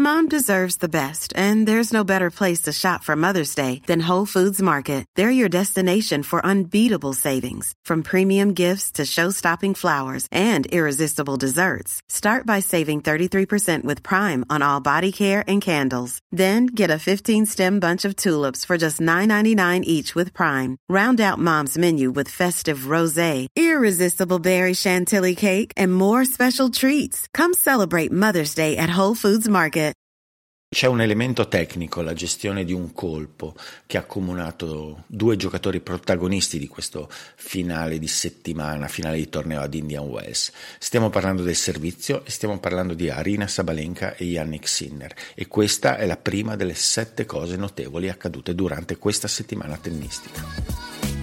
Mom deserves the best, and there's no better place to shop for Mother's Day than Whole Foods Market. They're your destination for unbeatable savings, from premium gifts to show-stopping flowers and irresistible desserts. Start by saving 33% with Prime on all body care and candles. Then get a 15-stem bunch of tulips for just $9.99 each with Prime. Round out Mom's menu with festive rosé, irresistible berry chantilly cake, and more special treats. Come celebrate Mother's Day at Whole Foods Market. C'è un elemento tecnico, la gestione di un colpo, che ha accomunato due giocatori protagonisti di questo finale di settimana, finale di torneo ad Indian Wells. Stiamo parlando del servizio e stiamo parlando di Aryna Sabalenka e Jannik Sinner, e questa è la prima delle 7 cose notevoli accadute durante questa settimana tennistica.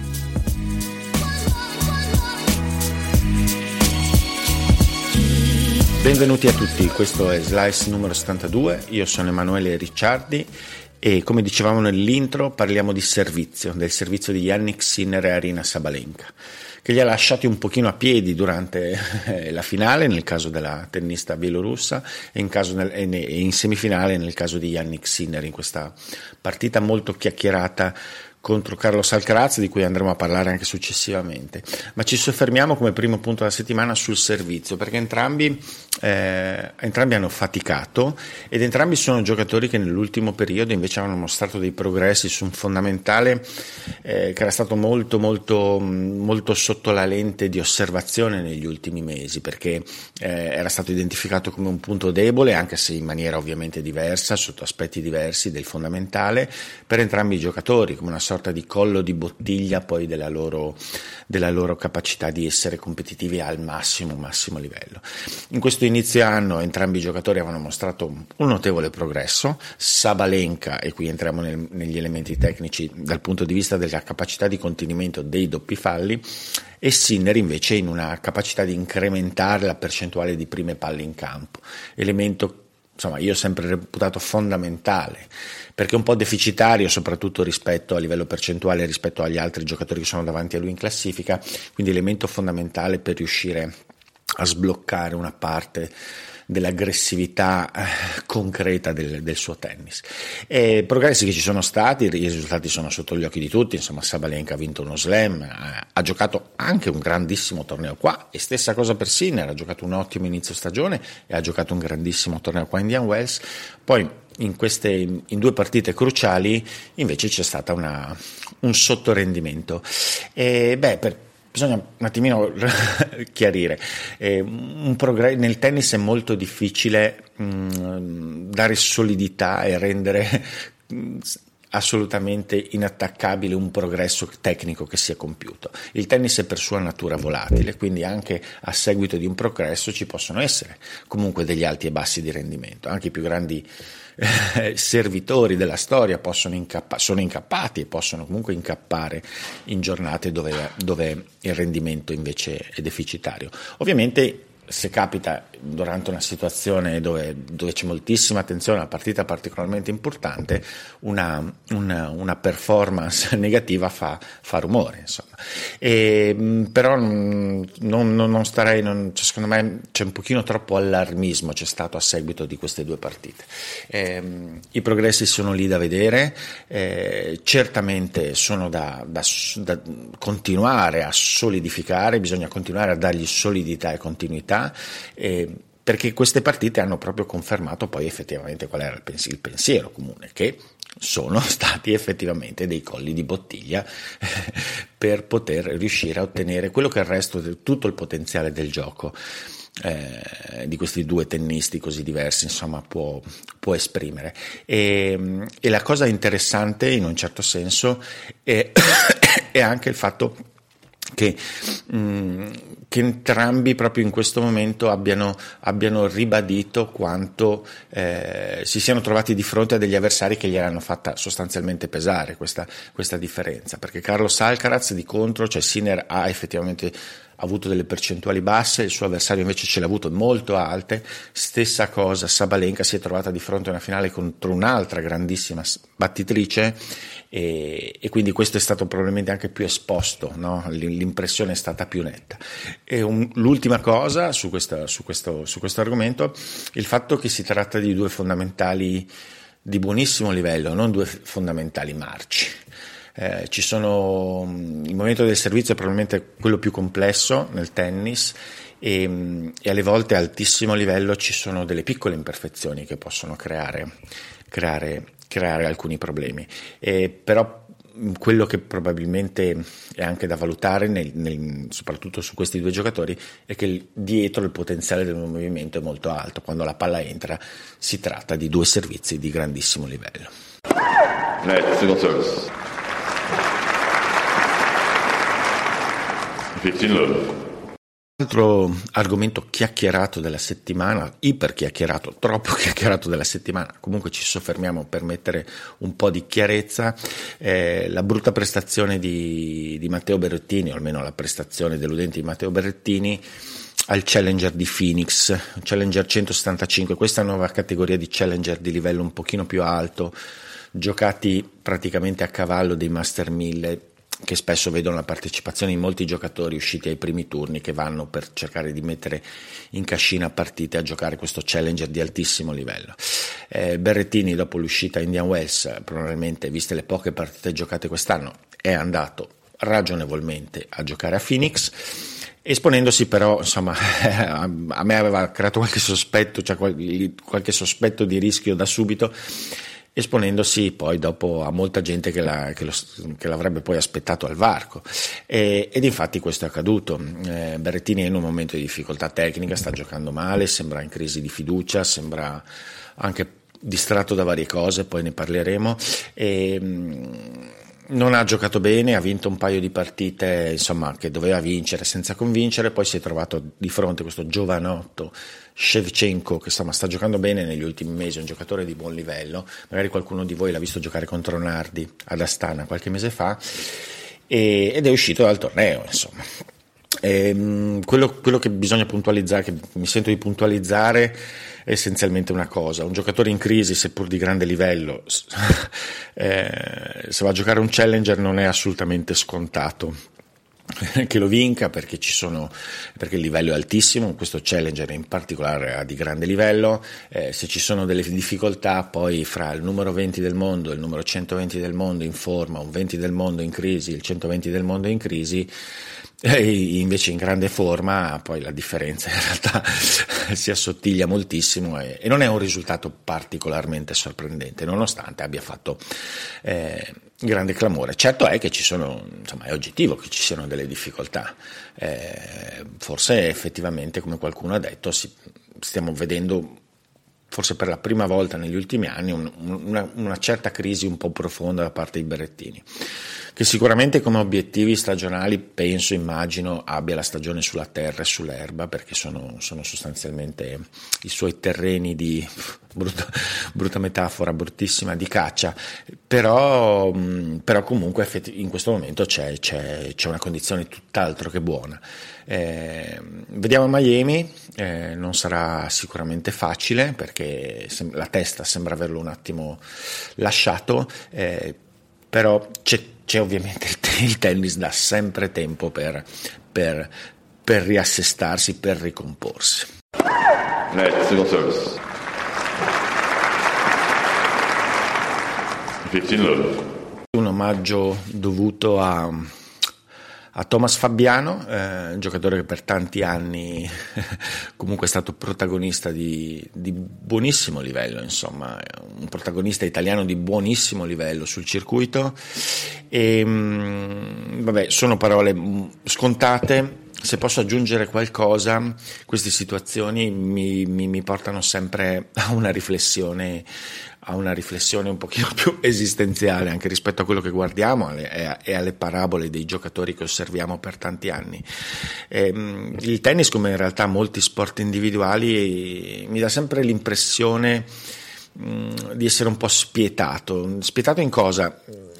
Benvenuti a tutti, questo è Slice numero 72, io sono Emanuele Ricciardi e come dicevamo nell'intro parliamo di servizio, del servizio di Jannik Sinner e Aryna Sabalenka, che li ha lasciati un pochino a piedi durante la finale nel caso della tennista bielorussa e in semifinale nel caso di Jannik Sinner in questa partita molto chiacchierata contro Carlos Alcaraz, di cui andremo a parlare anche successivamente, ma ci soffermiamo come primo punto della settimana sul servizio, perché entrambi hanno faticato ed entrambi sono giocatori che nell'ultimo periodo invece hanno mostrato dei progressi su un fondamentale che era stato molto sotto la lente di osservazione negli ultimi mesi, perché era stato identificato come un punto debole, anche se in maniera ovviamente diversa, sotto aspetti diversi del fondamentale, per entrambi i giocatori, come una sorta di collo di bottiglia poi della loro capacità di essere competitivi al massimo livello. In questo inizio anno entrambi i giocatori avevano mostrato un notevole progresso. Sabalenka, e qui entriamo negli elementi tecnici dal punto di vista della capacità di contenimento dei doppi falli, e Sinner invece in una capacità di incrementare la percentuale di prime palle in campo, elemento io ho sempre reputato fondamentale, perché è un po' deficitario soprattutto rispetto a livello percentuale rispetto agli altri giocatori che sono davanti a lui in classifica, quindi elemento fondamentale per riuscire a sbloccare una parte dell'aggressività concreta del suo tennis. E progressi che ci sono stati, i risultati sono sotto gli occhi di tutti. Insomma, Sabalenka ha vinto uno slam, ha giocato anche un grandissimo torneo qua, e stessa cosa per Sinner, ha giocato un ottimo inizio stagione e ha giocato un grandissimo torneo qua a Indian Wells. Poi in 2 partite cruciali invece c'è stato un sottorendimento, bisogna un attimino chiarire, nel tennis è molto difficile dare solidità e rendere assolutamente inattaccabile un progresso tecnico che sia compiuto. Il tennis è per sua natura volatile, quindi anche a seguito di un progresso ci possono essere comunque degli alti e bassi di rendimento. Anche i più grandi servitori della storia sono incappati e possono comunque incappare in giornate dove il rendimento invece è deficitario. Ovviamente, se capita durante una situazione dove c'è moltissima attenzione, una partita particolarmente importante, una performance negativa fa rumore, insomma. Però non starei, secondo me c'è un pochino troppo allarmismo c'è stato a seguito di queste 2 partite. I progressi sono lì da vedere, certamente sono da continuare a solidificare, bisogna continuare a dargli solidità e continuità, perché queste partite hanno proprio confermato poi effettivamente qual era il pensiero comune, che sono stati effettivamente dei colli di bottiglia per poter riuscire a ottenere quello che è il resto di tutto il potenziale del gioco di questi 2 tennisti così diversi, insomma, può esprimere. E la cosa interessante in un certo senso è anche il fatto che entrambi proprio in questo momento abbiano ribadito quanto si siano trovati di fronte a degli avversari che gli erano fatta sostanzialmente pesare questa differenza, perché Carlos Alcaraz di contro, cioè Sinner, ha effettivamente avuto delle percentuali basse, il suo avversario invece ce l'ha avuto molto alte. Stessa cosa, Sabalenka si è trovata di fronte a una finale contro un'altra grandissima battitrice e quindi questo è stato probabilmente anche più esposto, no? L'impressione è stata più netta. E l'ultima cosa su questo argomento, il fatto che si tratta di due fondamentali di buonissimo livello, non due fondamentali marci. Il momento del servizio è probabilmente quello più complesso nel tennis e alle volte a altissimo livello ci sono delle piccole imperfezioni che possono creare alcuni problemi. Però quello che probabilmente è anche da valutare soprattutto su questi due giocatori è che dietro il potenziale del movimento è molto alto. Quando la palla entra si tratta di due servizi di grandissimo livello. Single service. 15 love. Altro argomento chiacchierato della settimana, iperchiacchierato, troppo chiacchierato della settimana, comunque ci soffermiamo per mettere un po' di chiarezza, la brutta prestazione di Matteo Berrettini, o almeno la prestazione deludente di Matteo Berrettini al Challenger di Phoenix, Challenger 175, questa nuova categoria di Challenger di livello un pochino più alto, giocati praticamente a cavallo dei Master 1000, che spesso vedono la partecipazione di molti giocatori usciti ai primi turni che vanno per cercare di mettere in cascina partite a giocare questo Challenger di altissimo livello. Berrettini, dopo l'uscita a Indian Wells, probabilmente viste le poche partite giocate quest'anno, è andato ragionevolmente a giocare a Phoenix, esponendosi però, insomma, a me aveva creato qualche sospetto, cioè qualche sospetto di rischio da subito, esponendosi poi dopo a molta gente che l'avrebbe poi aspettato al varco ed infatti questo è accaduto. Berrettini è in un momento di difficoltà tecnica, sta giocando male, sembra in crisi di fiducia, sembra anche distratto da varie cose, poi ne parleremo, non ha giocato bene, ha vinto un paio di partite insomma che doveva vincere senza convincere, poi si è trovato di fronte a questo giovanotto Shevchenko che sta giocando bene negli ultimi mesi, è un giocatore di buon livello, magari qualcuno di voi l'ha visto giocare contro Nardi ad Astana qualche mese fa ed è uscito dal torneo, insomma. Quello che bisogna puntualizzare, che mi sento di puntualizzare, è essenzialmente una cosa: un giocatore in crisi, seppur di grande livello, se va a giocare un Challenger non è assolutamente scontato che lo vinca, perché il livello è altissimo, questo Challenger in particolare è di grande livello, se ci sono delle difficoltà poi fra il numero 20 del mondo e il numero 120 del mondo in forma, un 20 del mondo in crisi, il 120 del mondo in crisi, invece in grande forma, poi la differenza in realtà si assottiglia moltissimo e non è un risultato particolarmente sorprendente, nonostante abbia fatto grande clamore. Certo è che è oggettivo che ci siano delle difficoltà, forse effettivamente, come qualcuno ha detto, stiamo vedendo forse per la prima volta negli ultimi anni una certa crisi un po' profonda da parte di Berrettini, che sicuramente come obiettivi stagionali immagino abbia la stagione sulla terra e sull'erba, perché sono sostanzialmente i suoi terreni di brutta metafora, bruttissima, di caccia, però comunque in questo momento c'è una condizione tutt'altro che buona. Vediamo Miami, non sarà sicuramente facile perché la testa sembra averlo un attimo lasciato, però c'è ovviamente il tennis dà sempre tempo per riassestarsi, per ricomporsi. Single service. 15 love. Un omaggio dovuto a Thomas Fabiano, un giocatore che per tanti anni comunque è stato protagonista di buonissimo livello, insomma, un protagonista italiano di buonissimo livello sul circuito e sono parole scontate. Se posso aggiungere qualcosa, queste situazioni mi portano sempre a una riflessione un pochino più esistenziale anche rispetto a quello che guardiamo e alle parabole dei giocatori che osserviamo per tanti anni. Il tennis, come in realtà molti sport individuali, mi dà sempre l'impressione di essere un po' spietato in cosa?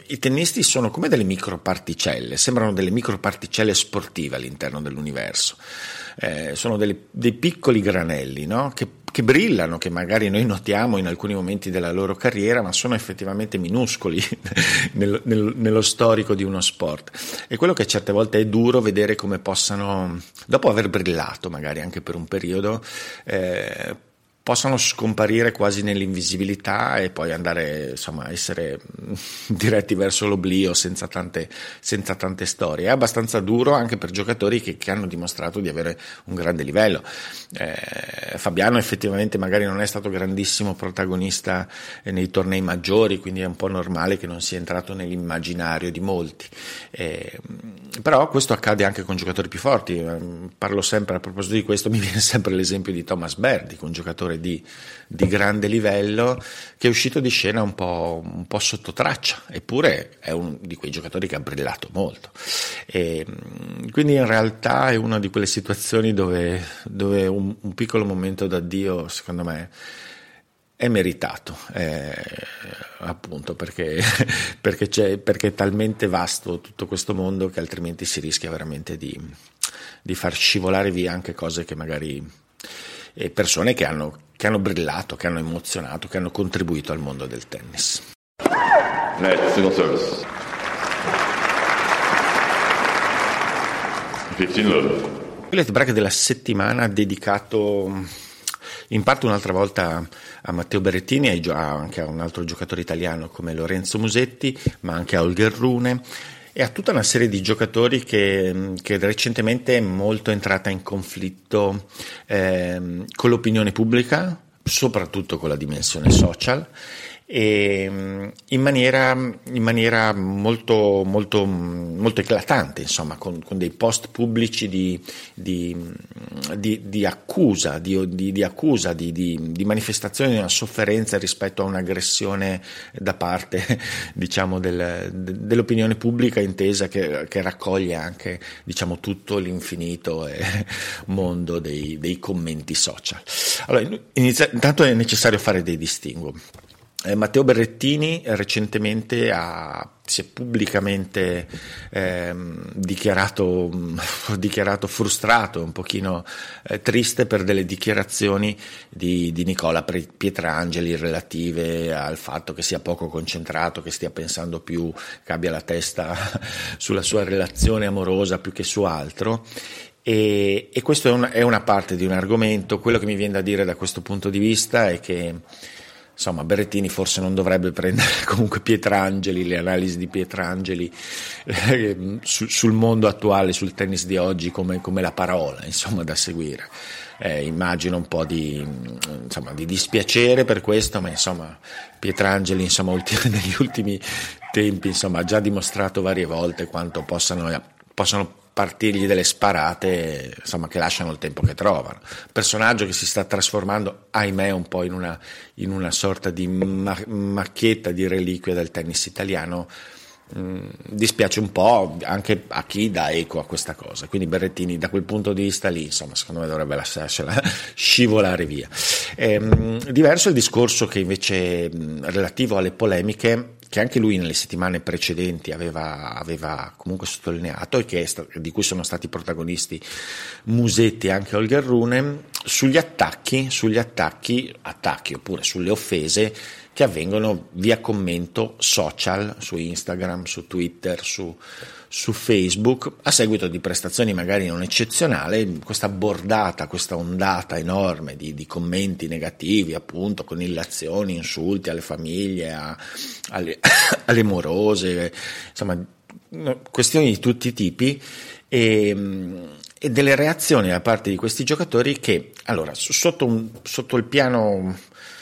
i tennisti sono come delle microparticelle, sembrano delle microparticelle sportive all'interno dell'universo. Sono dei piccoli granelli, no? che brillano, che magari noi notiamo in alcuni momenti della loro carriera, ma sono effettivamente minuscoli nello storico di uno sport. E quello che certe volte è duro vedere come possano, dopo aver brillato magari anche per un periodo, possano scomparire quasi nell'invisibilità e poi andare, insomma, a essere diretti verso l'oblio senza tante storie. È abbastanza duro anche per giocatori che hanno dimostrato di avere un grande livello. Fabiano effettivamente magari non è stato grandissimo protagonista nei tornei maggiori, quindi è un po' normale che non sia entrato nell'immaginario di molti. Però questo accade anche con giocatori più forti. Parlo sempre, a proposito di questo, mi viene sempre l'esempio di Thomas Berdych, un giocatore di grande livello che è uscito di scena un po' sotto traccia, eppure è uno di quei giocatori che ha brillato molto. E quindi in realtà è una di quelle situazioni dove un piccolo momento d'addio, secondo me, è meritato, appunto perché è talmente vasto tutto questo mondo che altrimenti si rischia veramente di far scivolare via anche cose che magari persone che hanno brillato, che hanno emozionato, che hanno contribuito al mondo del tennis. Net, single service. 15 love. Il break della settimana dedicato in parte un'altra volta a Matteo Berrettini e anche a un altro giocatore italiano come Lorenzo Musetti, ma anche a Holger Rune e a tutta una serie di giocatori che recentemente è molto entrata in conflitto con l'opinione pubblica, soprattutto con la dimensione social, e in maniera molto eclatante, insomma, con dei post pubblici di accusa, di manifestazione di una sofferenza rispetto a un'aggressione da parte, diciamo, dell'opinione pubblica intesa che raccoglie anche, diciamo, tutto l'infinito mondo dei commenti social. Allora, intanto è necessario fare dei distinguo. Matteo Berrettini recentemente si è pubblicamente dichiarato frustrato, un pochino triste per delle dichiarazioni di Nicola Pietrangeli relative al fatto che sia poco concentrato, che stia pensando più, che abbia la testa sulla sua relazione amorosa più che su altro. E questo è una parte di un argomento. Quello che mi viene da dire da questo punto di vista è che, insomma, Berrettini forse non dovrebbe prendere comunque Pietrangeli, le analisi di Pietrangeli sul mondo attuale, sul tennis di oggi come la parola, insomma, da seguire. Immagino un po' di dispiacere per questo, ma insomma Pietrangeli, insomma, negli ultimi tempi, insomma, ha già dimostrato varie volte quanto possano partirgli delle sparate, insomma, che lasciano il tempo che trovano. Personaggio che si sta trasformando, ahimè, un po' in una sorta di macchietta, di reliquia del tennis italiano. Dispiace un po' anche a chi dà eco a questa cosa, quindi Berrettini da quel punto di vista lì, insomma, secondo me dovrebbe lasciarsela scivolare via. Diverso il discorso che invece relativo alle polemiche che anche lui nelle settimane precedenti aveva comunque sottolineato e di cui sono stati protagonisti Musetti e anche Holger Rune, sugli attacchi oppure sulle offese che avvengono via commento social, su Instagram, su Twitter, su Facebook, a seguito di prestazioni magari non eccezionali, questa ondata enorme di commenti negativi, appunto, con illazioni, insulti alle famiglie, alle morose, insomma, questioni di tutti i tipi e delle reazioni da parte di questi giocatori che, allora, sotto il piano,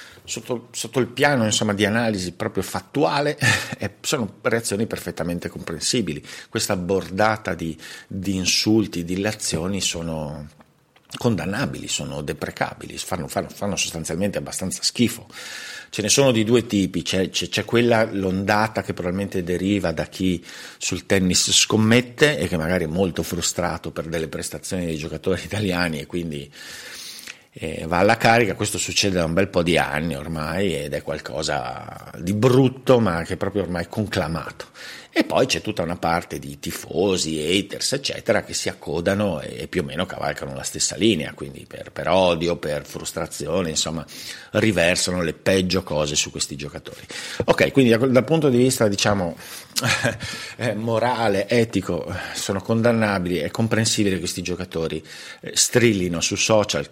insomma, di analisi proprio fattuale, sono reazioni perfettamente comprensibili. Questa bordata di insulti, di illazioni sono condannabili, sono deprecabili, fanno sostanzialmente abbastanza schifo. Ce ne sono di due tipi, c'è l'ondata che probabilmente deriva da chi sul tennis scommette e che magari è molto frustrato per delle prestazioni dei giocatori italiani e quindi va alla carica. Questo succede da un bel po' di anni ormai ed è qualcosa di brutto, ma che è proprio ormai conclamato. E poi c'è tutta una parte di tifosi, haters, eccetera, che si accodano e più o meno cavalcano la stessa linea, quindi per odio, per frustrazione, insomma, riversano le peggio cose su questi giocatori. Ok, quindi dal punto di vista, diciamo, morale, etico, sono condannabili, è comprensibile che questi giocatori strillino su social,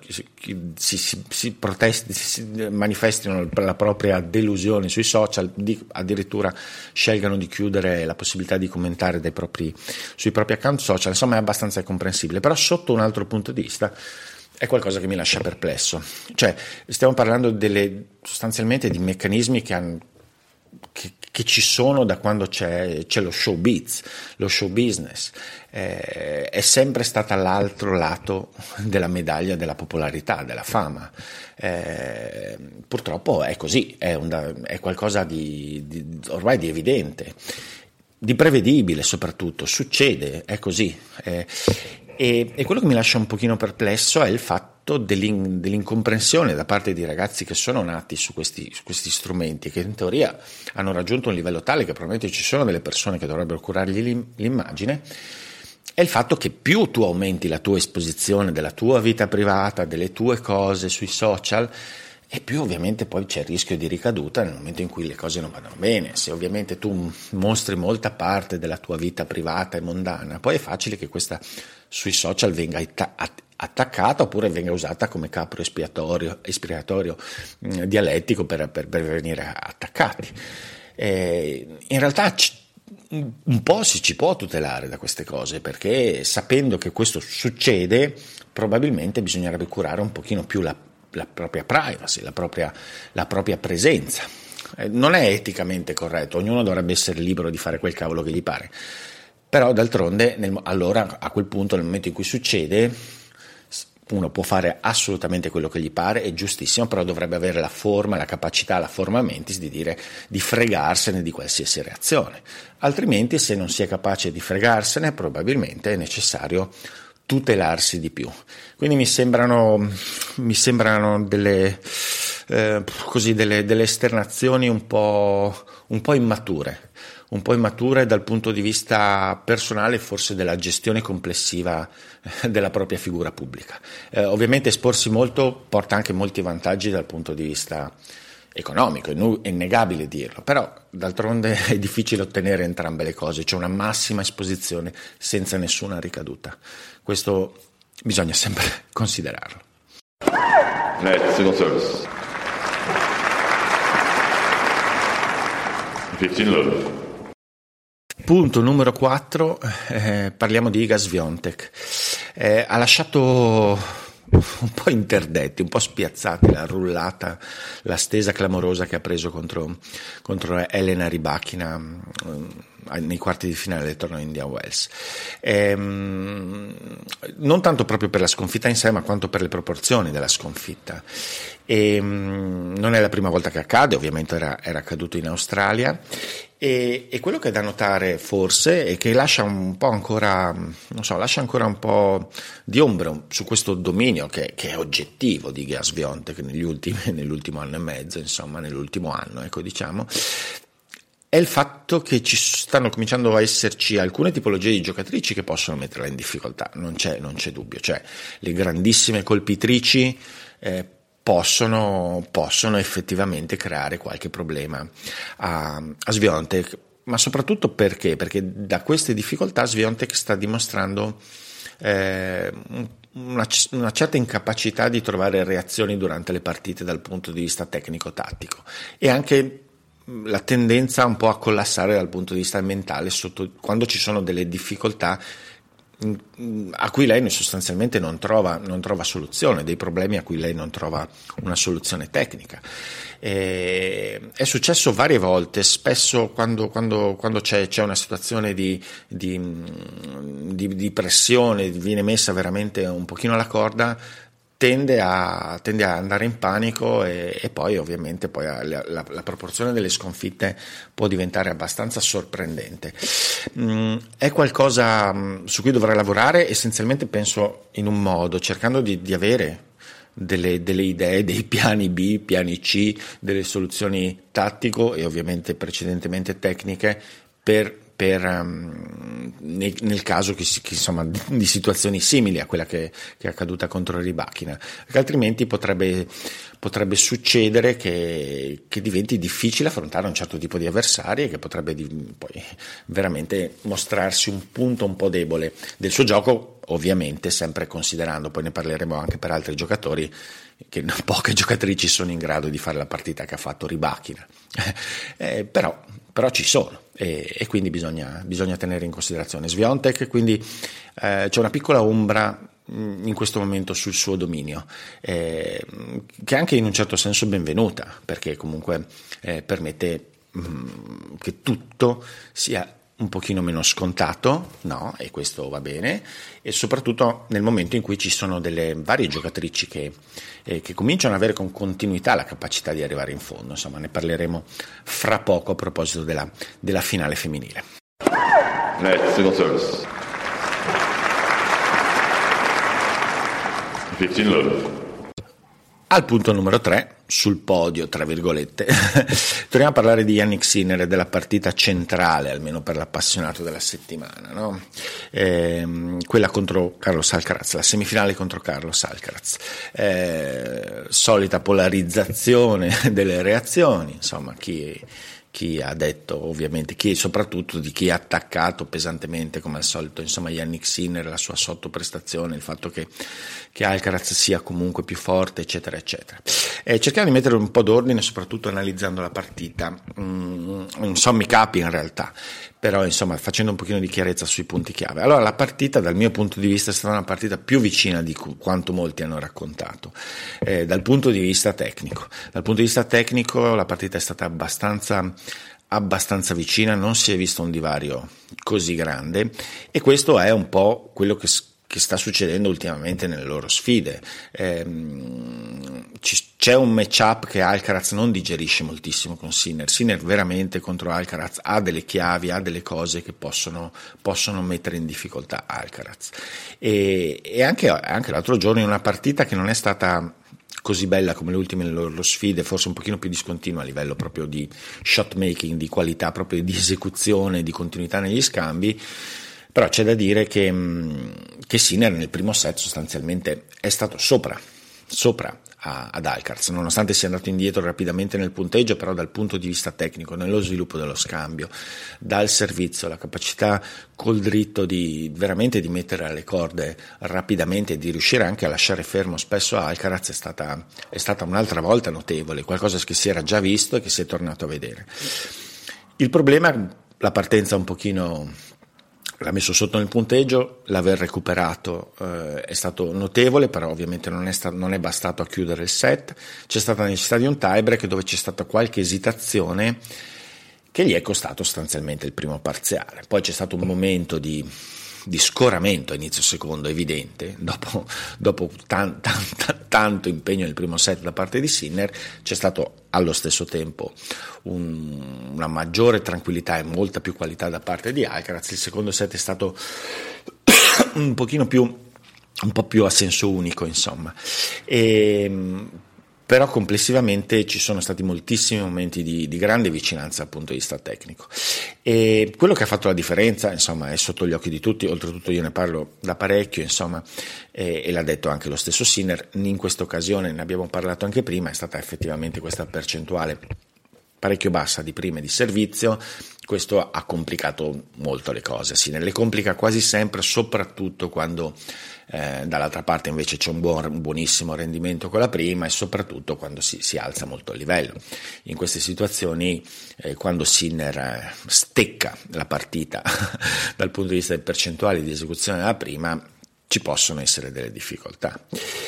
si protesti, si manifestino la propria delusione sui social, addirittura scelgano di chiudere la possibilità di commentare sui propri account social. Insomma, è abbastanza comprensibile, però sotto un altro punto di vista è qualcosa che mi lascia perplesso. Cioè, stiamo parlando sostanzialmente di meccanismi che ci sono da quando c'è lo showbiz, lo show business. È sempre stata all'altro lato della medaglia della popolarità, della fama. Purtroppo è così, è qualcosa ormai di evidente, di prevedibile soprattutto, succede, è così. E quello che mi lascia un pochino perplesso è il fatto dell'incomprensione da parte di ragazzi che sono nati su questi strumenti, che in teoria hanno raggiunto un livello tale che probabilmente ci sono delle persone che dovrebbero curargli l'immagine. È il fatto che più tu aumenti la tua esposizione della tua vita privata, delle tue cose sui social, e più ovviamente poi c'è il rischio di ricaduta nel momento in cui le cose non vanno bene. Se ovviamente tu mostri molta parte della tua vita privata e mondana, poi è facile che questa sui social venga attaccata oppure venga usata come capro espiatorio dialettico per venire attaccati. In realtà un po' ci può tutelare da queste cose, perché sapendo che questo succede probabilmente bisognerebbe curare un pochino più la propria privacy, la propria presenza. Non è eticamente corretto, ognuno dovrebbe essere libero di fare quel cavolo che gli pare, però d'altronde allora a quel punto, nel momento in cui succede, uno può fare assolutamente quello che gli pare, è giustissimo, però dovrebbe avere la forma, la capacità, la forma mentis di fregarsene di qualsiasi reazione. Altrimenti, se non si è capace di fregarsene, probabilmente è necessario tutelarsi di più. Quindi mi sembrano delle esternazioni un po' immature dal punto di vista personale, forse della gestione complessiva della propria figura pubblica. Ovviamente esporsi molto porta anche molti vantaggi dal punto di vista economico, è innegabile dirlo, però d'altronde è difficile ottenere entrambe le cose, c'è una massima esposizione senza nessuna ricaduta. Questo bisogna sempre considerarlo. Net, single service. 15 load. Punto numero 4, parliamo di Iga Swiatek. Ha lasciato un po' interdetti, un po' spiazzati la stesa clamorosa che ha preso contro Elena Rybakina nei quarti di finale del torneo Indian Wells. Non tanto proprio per la sconfitta in sé, ma quanto per le proporzioni della sconfitta. Non è la prima volta che accade, ovviamente era accaduto in Australia. E quello che è da notare forse è che lascia ancora un po' di ombra su questo dominio che è oggettivo di Iga Swiatek nell'ultimo anno e mezzo, insomma nell'ultimo anno, ecco, diciamo. È il fatto che ci stanno cominciando a esserci alcune tipologie di giocatrici che possono metterla in difficoltà, non c'è dubbio, cioè le grandissime colpitrici possono effettivamente creare qualche problema a Swiatek, ma soprattutto perché da queste difficoltà Swiatek sta dimostrando una certa incapacità di trovare reazioni durante le partite dal punto di vista tecnico-tattico, e anche la tendenza un po' a collassare dal punto di vista mentale quando ci sono delle difficoltà a cui lei sostanzialmente non trova soluzione, dei problemi a cui lei non trova una soluzione tecnica. È successo varie volte, spesso quando c'è una situazione di pressione, viene messa veramente un pochino alla corda, tende a andare in panico e poi ovviamente la proporzione delle sconfitte può diventare abbastanza sorprendente. È qualcosa su cui dovrei lavorare, essenzialmente penso in un modo, cercando di avere delle idee, dei piani B, piani C, delle soluzioni tattico e ovviamente precedentemente tecniche nel caso insomma, di situazioni simili a quella che è accaduta contro Rybakina, perché altrimenti potrebbe succedere che diventi difficile affrontare un certo tipo di avversari e che potrebbe poi veramente mostrarsi un punto un po' debole del suo gioco, ovviamente sempre considerando, poi ne parleremo anche per altri giocatori, che poche giocatrici sono in grado di fare la partita che ha fatto Rybakina, però ci sono e quindi bisogna tenere in considerazione Swiatek. Quindi c'è una piccola ombra in questo momento sul suo dominio, che è anche in un certo senso benvenuta, perché comunque permette che tutto sia un pochino meno scontato, no? E questo va bene, e soprattutto nel momento in cui ci sono delle varie giocatrici che cominciano ad avere con continuità la capacità di arrivare in fondo. Insomma, ne parleremo fra poco a proposito della finale femminile. Net, single service. 15 love. Al punto numero 3, sul podio, tra virgolette, torniamo a parlare di Jannik Sinner e della partita centrale, almeno per l'appassionato della settimana, no? Quella contro Carlos Alcaraz, la semifinale contro Carlos Alcaraz. Solita polarizzazione delle reazioni, insomma, chi ha detto, ovviamente, soprattutto di chi ha attaccato pesantemente come al solito, insomma, Jannik Sinner, la sua sottoprestazione, il fatto che Alcaraz sia comunque più forte, eccetera eccetera. Cerchiamo di mettere un po' d'ordine, soprattutto analizzando la partita, un sommi capi in realtà, però insomma facendo un pochino di chiarezza sui punti chiave. Allora, la partita dal mio punto di vista è stata una partita più vicina di quanto molti hanno raccontato, dal punto di vista tecnico. Dal punto di vista tecnico la partita è stata abbastanza vicina, non si è visto un divario così grande, e questo è un po' quello che sta succedendo ultimamente nelle loro sfide. C'è un matchup che Alcaraz non digerisce moltissimo con Sinner. Sinner veramente contro Alcaraz ha delle chiavi, ha delle cose che possono mettere in difficoltà Alcaraz, e anche l'altro giorno in una partita che non è stata così bella come le ultime loro sfide, forse un pochino più discontinua a livello proprio di shot making, di qualità proprio di esecuzione, di continuità negli scambi. Però c'è da dire che Sinner nel primo set sostanzialmente è stato sopra ad Alcaraz, nonostante sia andato indietro rapidamente nel punteggio, però dal punto di vista tecnico, nello sviluppo dello scambio, dal servizio, la capacità col dritto di veramente di mettere alle corde rapidamente e di riuscire anche a lasciare fermo spesso Alcaraz è stata un'altra volta notevole, qualcosa che si era già visto e che si è tornato a vedere. Il problema, la partenza un pochino l'ha messo sotto nel punteggio, l'aver recuperato è stato notevole, però ovviamente non è bastato a chiudere il set. C'è stata la necessità di un tiebreak dove c'è stata qualche esitazione che gli è costato sostanzialmente il primo parziale. Poi c'è stato un momento di scoramento a inizio secondo evidente, dopo tanto impegno nel primo set da parte di Sinner. C'è stato allo stesso tempo una maggiore tranquillità e molta più qualità da parte di Alcaraz. Il secondo set è stato un po' più a senso unico, insomma, però complessivamente ci sono stati moltissimi momenti di grande vicinanza dal punto di vista tecnico, e quello che ha fatto la differenza, insomma, è sotto gli occhi di tutti. Oltretutto io ne parlo da parecchio, insomma, e l'ha detto anche lo stesso Sinner in questa occasione, ne abbiamo parlato anche prima, è stata effettivamente questa percentuale parecchio bassa di prime di servizio. Questo ha complicato molto le cose. Sinner le complica quasi sempre, soprattutto quando dall'altra parte invece c'è un buonissimo rendimento con la prima, e soprattutto quando si alza molto il livello. In queste situazioni, quando Sinner stecca la partita dal punto di vista del percentuale di esecuzione della prima, ci possono essere delle difficoltà.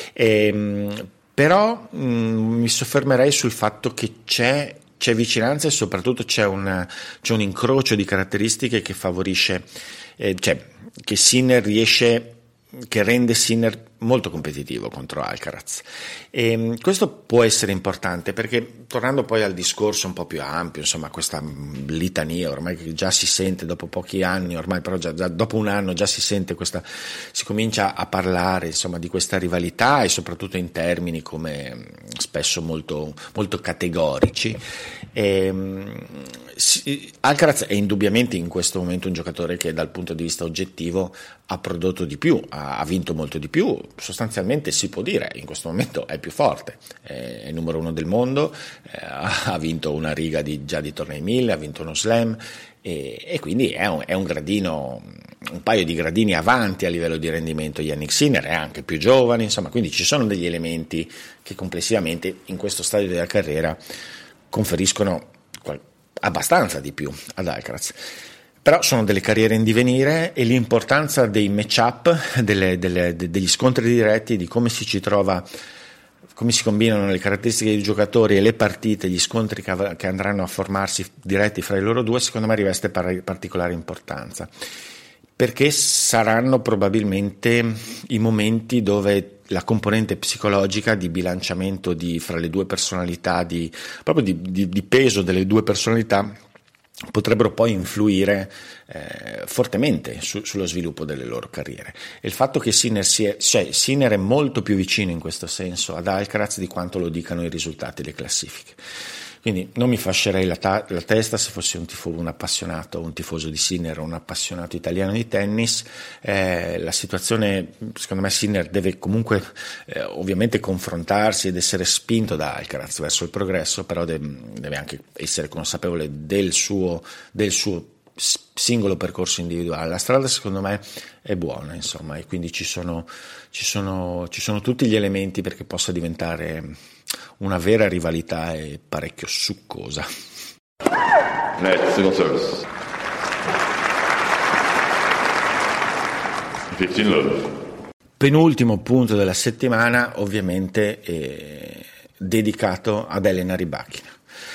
Però mi soffermerei sul fatto che c'è vicinanza, e soprattutto c'è un incrocio di caratteristiche che favorisce, che rende Sinner molto competitivo contro Alcaraz, e questo può essere importante perché, tornando poi al discorso un po' più ampio, insomma, questa litania ormai che già si sente dopo pochi anni, ormai però già dopo un anno già si sente si comincia a parlare, insomma, di questa rivalità, e soprattutto in termini come spesso molto, molto categorici. Alcaraz è indubbiamente in questo momento un giocatore che dal punto di vista oggettivo ha prodotto di più, ha vinto molto di più, sostanzialmente si può dire in questo momento è più forte, è numero 1 del mondo, ha vinto una riga già di tornei 1000, ha vinto uno slam, e quindi è un gradino, un paio di gradini avanti a livello di rendimento. Jannik Sinner è anche più giovane, insomma, quindi ci sono degli elementi che complessivamente in questo stadio della carriera conferiscono abbastanza di più ad Alcaraz. Però sono delle carriere in divenire, e l'importanza dei match-up, degli scontri diretti, di come si trova, come si combinano le caratteristiche dei giocatori e le partite, gli scontri che andranno a formarsi diretti fra i loro due, secondo me riveste particolare importanza, perché saranno probabilmente i momenti dove la componente psicologica di bilanciamento fra le due personalità, proprio di peso delle due personalità, potrebbero poi influire fortemente sullo sviluppo delle loro carriere. E il fatto che Sinner è molto più vicino in questo senso ad Alcaraz di quanto lo dicano i risultati delle classifiche. Quindi non mi fascerei la testa se fossi un appassionato, un tifoso di Sinner o un appassionato italiano di tennis. La situazione, secondo me, Sinner deve comunque ovviamente confrontarsi ed essere spinto da Alcaraz verso il progresso, però deve anche essere consapevole del suo singolo percorso individuale. La strada, secondo me, è buona, insomma, e quindi ci sono tutti gli elementi perché possa diventare una vera rivalità e parecchio succosa. Net, second service. 15 love. Penultimo punto della settimana, ovviamente dedicato ad Elena Rybakina.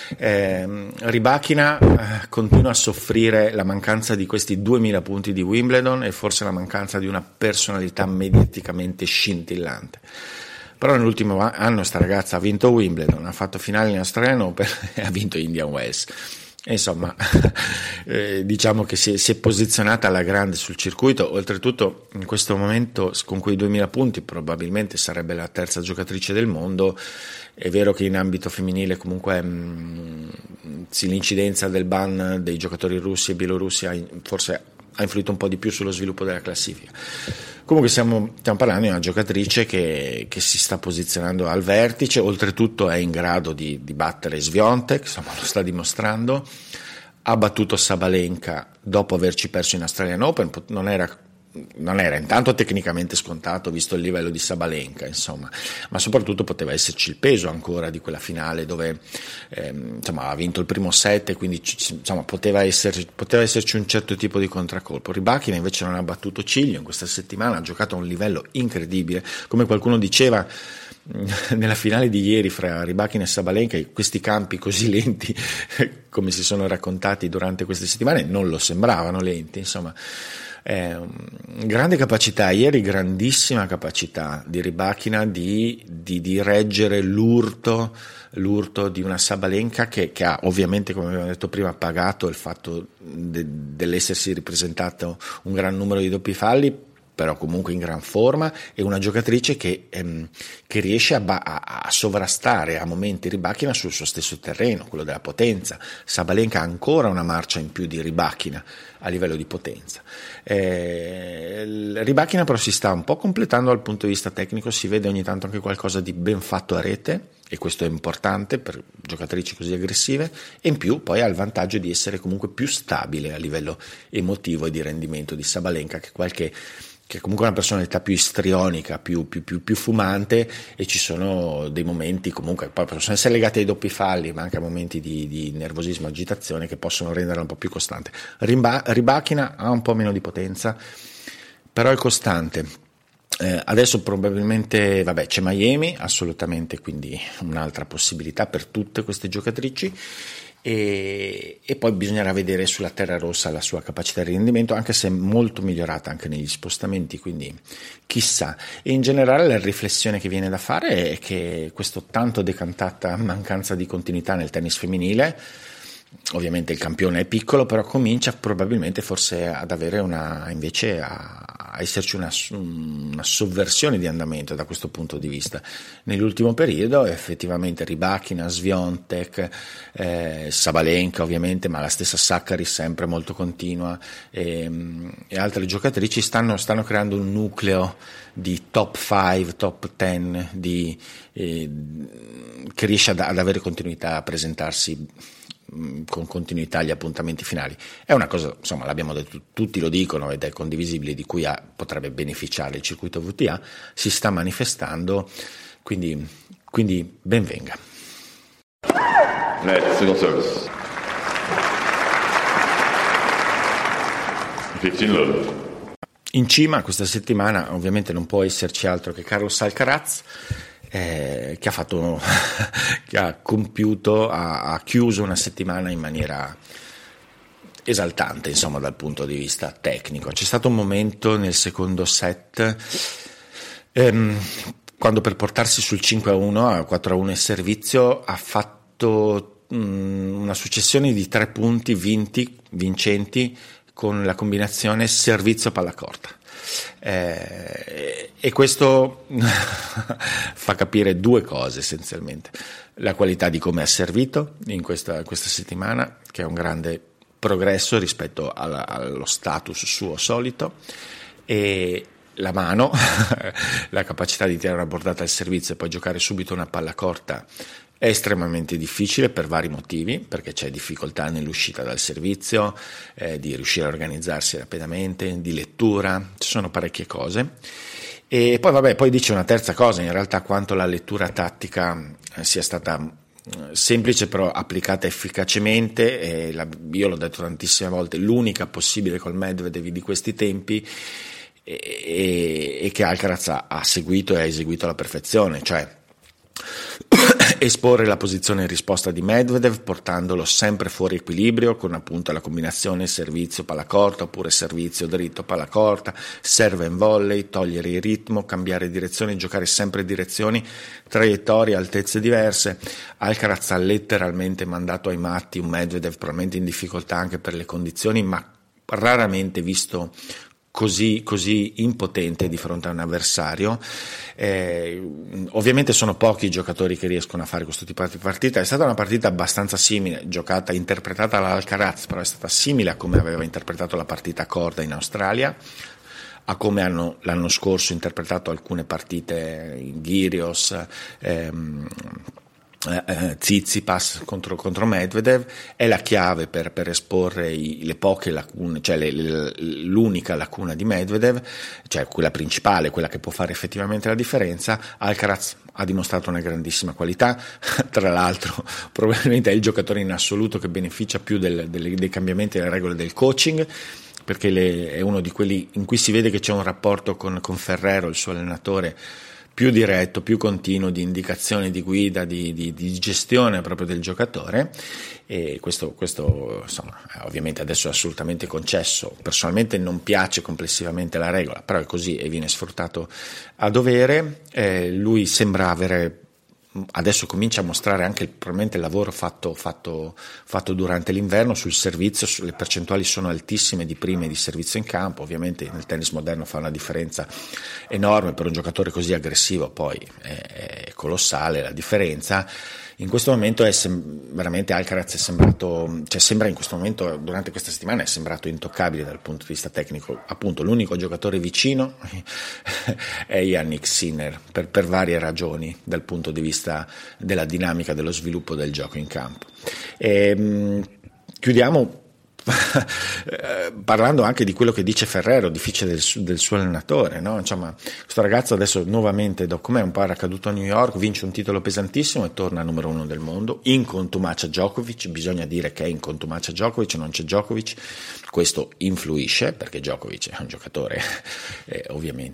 Rybakina continua a soffrire la mancanza di questi 2000 punti di Wimbledon e forse la mancanza di una personalità mediaticamente scintillante. Però nell'ultimo anno sta ragazza ha vinto Wimbledon, ha fatto finale in Australian Open e ha vinto Indian Wells. E insomma, diciamo che si è posizionata alla grande sul circuito. Oltretutto, in questo momento, con quei 2000 punti, probabilmente sarebbe la terza giocatrice del mondo. È vero che in ambito femminile comunque l'incidenza del ban dei giocatori russi e bielorussi forse ha influito un po' di più sullo sviluppo della classifica. Comunque stiamo parlando di una giocatrice che si sta posizionando al vertice, oltretutto è in grado di battere Swiatek, insomma lo sta dimostrando, ha battuto Sabalenka dopo averci perso in Australian Open, non era intanto tecnicamente scontato visto il livello di Sabalenka, insomma, ma soprattutto poteva esserci il peso ancora di quella finale dove insomma ha vinto il primo set e quindi insomma poteva esserci un certo tipo di contraccolpo. Rybakina invece non ha battuto ciglio in questa settimana, ha giocato a un livello incredibile, come qualcuno diceva nella finale di ieri fra Rybakina e Sabalenka, questi campi così lenti come si sono raccontati durante queste settimane non lo sembravano lenti, insomma. Grande capacità, ieri grandissima capacità di Rybakina di reggere l'urto di una Sabalenka che ha ovviamente, come abbiamo detto prima, pagato il fatto dell'essersi ripresentato un gran numero di doppi falli, però comunque in gran forma, e una giocatrice che riesce a sovrastare a momenti Rybakina sul suo stesso terreno, quello della potenza. Sabalenka ha ancora una marcia in più di Rybakina a livello di potenza. Rybakina però si sta un po' completando dal punto di vista tecnico, si vede ogni tanto anche qualcosa di ben fatto a rete, e questo è importante per giocatrici così aggressive, e in più poi ha il vantaggio di essere comunque più stabile a livello emotivo e di rendimento di Sabalenka, che è comunque una personalità più istrionica, più fumante, e ci sono dei momenti comunque possono essere legati ai doppi falli, ma anche a momenti di nervosismo, agitazione, che possono renderla un po' più costante. Rybakina ha un po' meno di potenza, però è costante. Adesso probabilmente c'è Miami assolutamente, quindi un'altra possibilità per tutte queste giocatrici, e poi bisognerà vedere sulla terra rossa la sua capacità di rendimento, anche se è molto migliorata anche negli spostamenti, quindi chissà. E in generale la riflessione che viene da fare è che questo tanto decantata mancanza di continuità nel tennis femminile, ovviamente il campione è piccolo, però comincia probabilmente forse ad avere invece a esserci una sovversione di andamento da questo punto di vista. Nell'ultimo periodo effettivamente Rybakina, Swiatek, Sabalenka ovviamente, ma la stessa Sakkari sempre molto continua, e altre giocatrici stanno creando un nucleo di top 5, top 10 che riesce ad avere continuità, a presentarsi con continuità agli appuntamenti finali. È una cosa, insomma, l'abbiamo detto, tutti lo dicono ed è condivisibile, di cui potrebbe beneficiare il circuito WTA, si sta manifestando, quindi ben venga. Net, second service. 15 love. In cima questa settimana ovviamente non può esserci altro che Carlos Alcaraz, che ha compiuto, ha chiuso una settimana in maniera esaltante, insomma, dal punto di vista tecnico. C'è stato un momento nel secondo set, quando per portarsi sul 5-1 a 4-1 in servizio ha fatto una successione di 3 punti vincenti con la combinazione servizio palla corta. E questo fa capire 2 cose essenzialmente: la qualità di come ha servito in questa settimana, che è un grande progresso rispetto allo status suo solito, e la mano, la capacità di tirare una bordata al servizio e poi giocare subito una palla corta è estremamente difficile per vari motivi, perché c'è difficoltà nell'uscita dal servizio, di riuscire a organizzarsi rapidamente, di lettura, ci sono parecchie cose. E poi poi dice una terza cosa, in realtà, quanto la lettura tattica sia stata semplice però applicata efficacemente, io l'ho detto tantissime volte, l'unica possibile col Medvedev di questi tempi, e che Alcaraz ha seguito e ha eseguito alla perfezione, cioè esporre la posizione in risposta di Medvedev portandolo sempre fuori equilibrio con appunto la combinazione servizio palla corta oppure servizio dritto palla corta, serve in volley, togliere il ritmo, cambiare direzione, giocare sempre direzioni, traiettorie, altezze diverse. Alcaraz ha letteralmente mandato ai matti un Medvedev probabilmente in difficoltà anche per le condizioni, ma raramente visto così impotente di fronte a un avversario. Ovviamente sono pochi i giocatori che riescono a fare questo tipo di partita. È stata una partita abbastanza simile, interpretata dall'Alcaraz, però è stata simile a come aveva interpretato la partita corda in Australia, a come hanno l'anno scorso interpretato alcune partite in Kyrgios, Tsitsipas contro Medvedev. È la chiave per esporre le poche lacune, cioè l'unica lacuna di Medvedev, cioè quella principale, quella che può fare effettivamente la differenza. Alcaraz ha dimostrato una grandissima qualità, tra l'altro probabilmente è il giocatore in assoluto che beneficia più dei cambiamenti delle regole del coaching, perché è uno di quelli in cui si vede che c'è un rapporto con Ferrero, il suo allenatore, più diretto, più continuo, di indicazione, di guida, di gestione proprio del giocatore. E questo insomma, ovviamente adesso è assolutamente concesso. Personalmente non piace complessivamente la regola, però è così e viene sfruttato a dovere. Lui sembra avere, adesso comincia a mostrare anche probabilmente il lavoro fatto durante l'inverno sul servizio. Le percentuali sono altissime di prime di servizio in campo. Ovviamente nel tennis moderno fa una differenza enorme, per un giocatore così aggressivo poi è colossale la differenza. In questo momento veramente Alcaraz sembra in questo momento, durante questa settimana, è sembrato intoccabile dal punto di vista tecnico. Appunto l'unico giocatore vicino è Jannik Sinner, per varie ragioni dal punto di vista della dinamica dello sviluppo del gioco in campo. Chiudiamo parlando anche di quello che dice Ferrero, difficile del suo allenatore, no? Insomma, questo ragazzo adesso nuovamente, com'è un po' era accaduto a New York, vince un titolo pesantissimo e torna numero 1 del mondo, in contumacia Djokovic. Bisogna dire che è in contumacia Djokovic, non c'è Djokovic. Questo influisce perché Djokovic è un giocatore ovviamente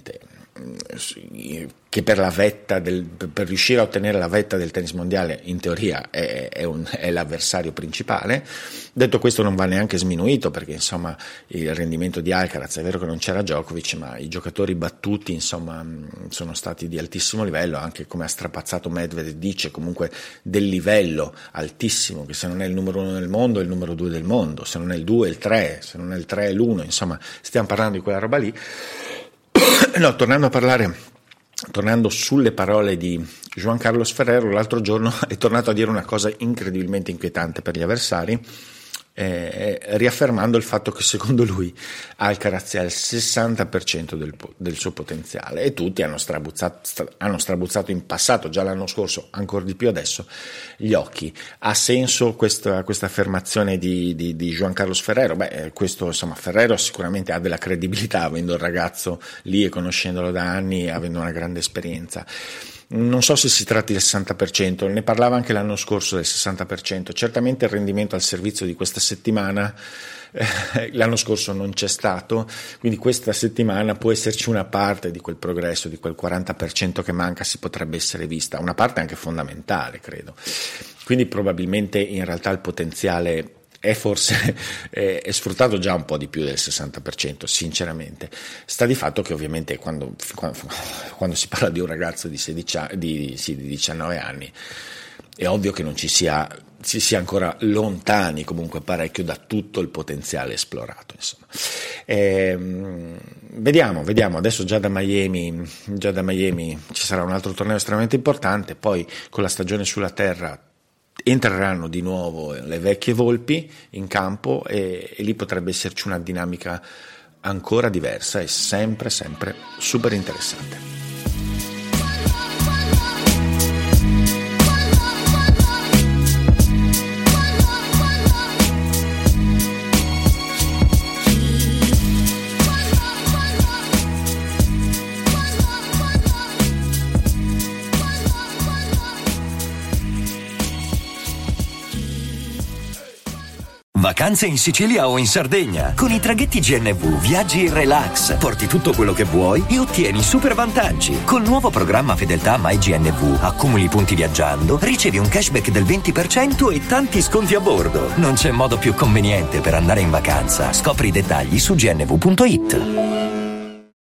che per la vetta per riuscire a ottenere la vetta del tennis mondiale in teoria è l'avversario principale. Detto questo, non va neanche sminuito, perché insomma il rendimento di Alcaraz, è vero che non c'era Djokovic, ma i giocatori battuti insomma sono stati di altissimo livello, anche come ha strapazzato Medvedev, dice comunque del livello altissimo, che se non è il numero 1 del mondo è il numero 2 del mondo, se non è il 2 è il 3, se non è il 3 è l'1, insomma stiamo parlando di quella roba lì. No, tornando sulle parole di Juan Carlos Ferrero, l'altro giorno è tornato a dire una cosa incredibilmente inquietante per gli avversari, riaffermando il fatto che secondo lui Alcaraz è al 60% del suo potenziale, e tutti hanno strabuzzato in passato, già l'anno scorso, ancora di più adesso, gli occhi. Ha senso questa affermazione di Juan Carlos Ferrero? Questo insomma, Ferrero sicuramente ha della credibilità, avendo il ragazzo lì e conoscendolo da anni e avendo una grande esperienza. Non so se si tratti del 60%, ne parlava anche l'anno scorso del 60%, certamente il rendimento al servizio di questa settimana l'anno scorso non c'è stato, quindi questa settimana può esserci una parte di quel progresso, di quel 40% che manca, si potrebbe essere vista, una parte anche fondamentale credo, quindi probabilmente in realtà il potenziale è sfruttato già un po' di più del 60%, sinceramente. Sta di fatto che ovviamente quando si parla di un ragazzo di 19 anni è ovvio che non si sia ancora lontani comunque parecchio da tutto il potenziale esplorato, insomma. Vediamo, adesso già da Miami ci sarà un altro torneo estremamente importante, poi con la stagione sulla terra entreranno di nuovo le vecchie volpi in campo e lì potrebbe esserci una dinamica ancora diversa e sempre super interessante. Vacanze in Sicilia o in Sardegna. Con i traghetti GNV viaggi in relax, porti tutto quello che vuoi e ottieni super vantaggi. Col nuovo programma Fedeltà MyGNV accumuli punti viaggiando, ricevi un cashback del 20% e tanti sconti a bordo. Non c'è modo più conveniente per andare in vacanza. Scopri i dettagli su gnv.it.